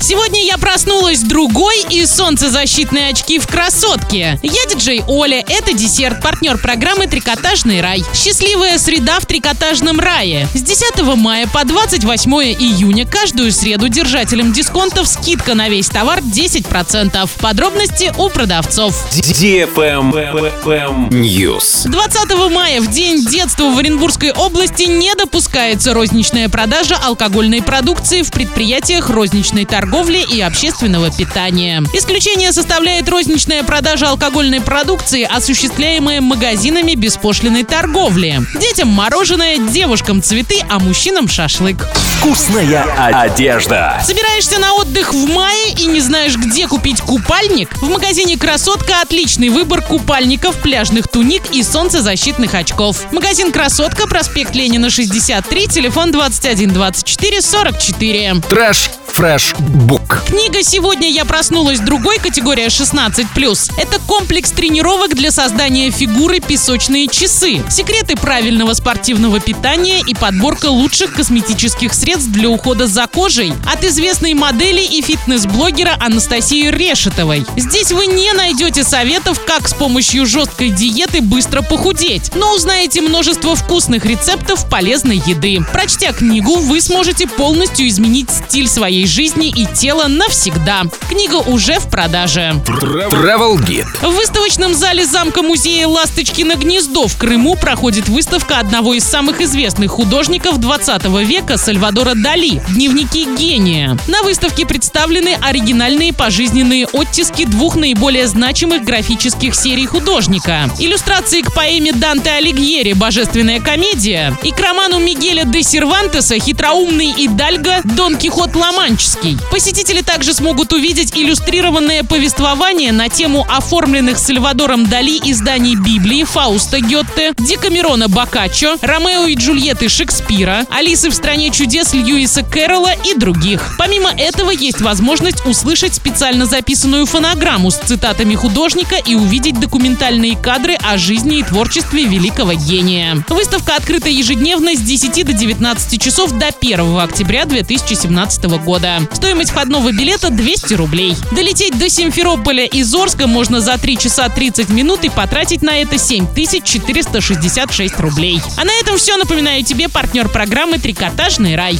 Сегодня я проснулась другой и солнцезащитные очки в красотке. Я диджей Оля, это десерт, партнер программы «Трикотажный рай». Счастливая среда в трикотажном рае. С 10 мая по 28 июня каждую среду держателям дисконтов скидка на весь товар 10%. Подробности у продавцов. News. 20 мая, в День детства в Оренбургской области, не допускается розничная продажа алкогольной продукции в предприятиях розничной торговли и общественного питания. Исключение составляет розничная продажа алкогольной продукции, осуществляемая магазинами беспошлиной торговли. Детям мороженое, девушкам цветы, а мужчинам шашлык. Вкусная одежда. Собираешься на отдых в мае и не знаешь, где купить купальник? В магазине «Красотка» отличный выбор купальников, пляжных туник и солнцезащитных очков. Магазин «Красотка», проспект Ленина, 63, телефон 21 24 44. Трэш Фрэш Бук. Книга «Сегодня я проснулась» другой, категория 16+. Это комплекс тренировок для создания фигуры «Песочные часы». Секреты правильного спортивного питания и подборка лучших косметических средств для ухода за кожей от известной модели и фитнес-блогера Анастасии Решетовой. Здесь вы не найдете советов, как с помощью жесткой диеты быстро похудеть, но узнаете множество вкусных рецептов полезной еды. Прочтя книгу, вы сможете полностью изменить стиль своей жизни и тела навсегда. Книга уже в продаже. Travel Guide. В выставочном зале замка-музея «Ласточкино гнездо» в Крыму проходит выставка одного из самых известных художников 20 века Сальвадора Дали «Дневники гения». На выставке представлены оригинальные пожизненные оттиски двух наиболее значимых графических серий художника. Иллюстрации к поэме Данте Алигьери «Божественная комедия» и к роману Мигеля де Сервантеса «Хитроумный Идальго. Дон Кихот Ла-Манческий». Посетители также смогут увидеть иллюстрированное повествование на тему оформленных Сальвадором Дали изданий Библии Фауста Гёте, Декамерона Боккаччо, Ромео и Джульетты Шекспира, Алисы в стране чудес Льюиса Кэрролла и других. Помимо этого, есть возможность услышать специально записанную фонограмму с цитатами художника и увидеть документальные кадры о жизни и творчестве великого гения. Выставка открыта ежедневно с 10 до 19 часов до 1 октября 2017 года. Стоимость входного билета 200 рублей. Долететь до Симферополя из Орска можно за 3 часа 30 минут и потратить на это 7466 рублей. А на этом все. Напоминаю тебе, партнер программы «Трикотажный рай».